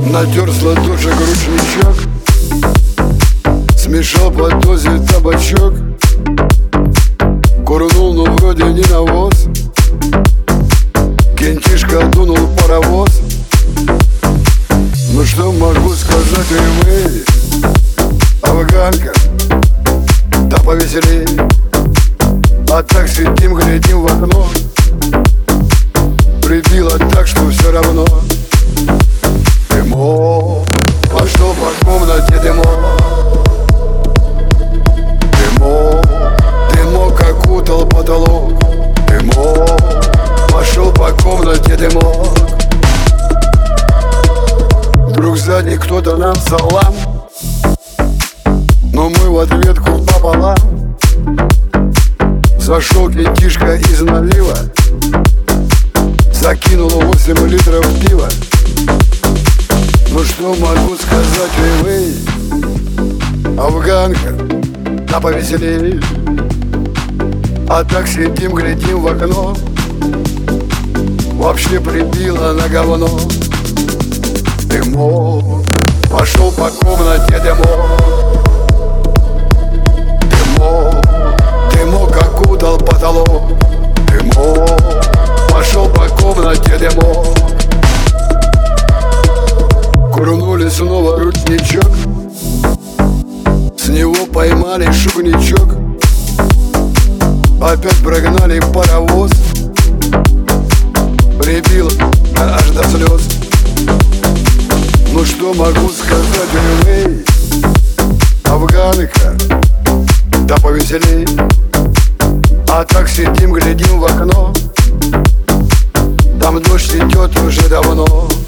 Натер с ладошек ручничок, смешал под дозе табачок, курнул, но вроде не навоз. Кентишка дунул паровоз. Ну что могу сказать, вы, афганка, да повеселей. А так сидим, глядим в окно, прибило так, что все равно. Дымок, пошел по комнате дымок. Дымок, дымок окутал потолок. Дымок, пошел по комнате дымок. Вдруг сзади кто-то нам салам, но мы в ответку пополам. Зашел кентишка из налива, закинул 8 литров пива. Ну что могу сказать, вы, афганка, да повеселей. А так сидим, глядим в окно, вообще прибило на говно. Дымок, пошел по комнате дымок. Дымок, дымок окутал потолок. Дымок, пошел по комнате дымок. Курнули снова ручничок, с него поймали шугничок. Опять прогнали паровоз, прибило аж до слез. Ну что могу сказать, вы, афганка, да повеселей. А так сидим, глядим в окно, там дождь идет уже давно.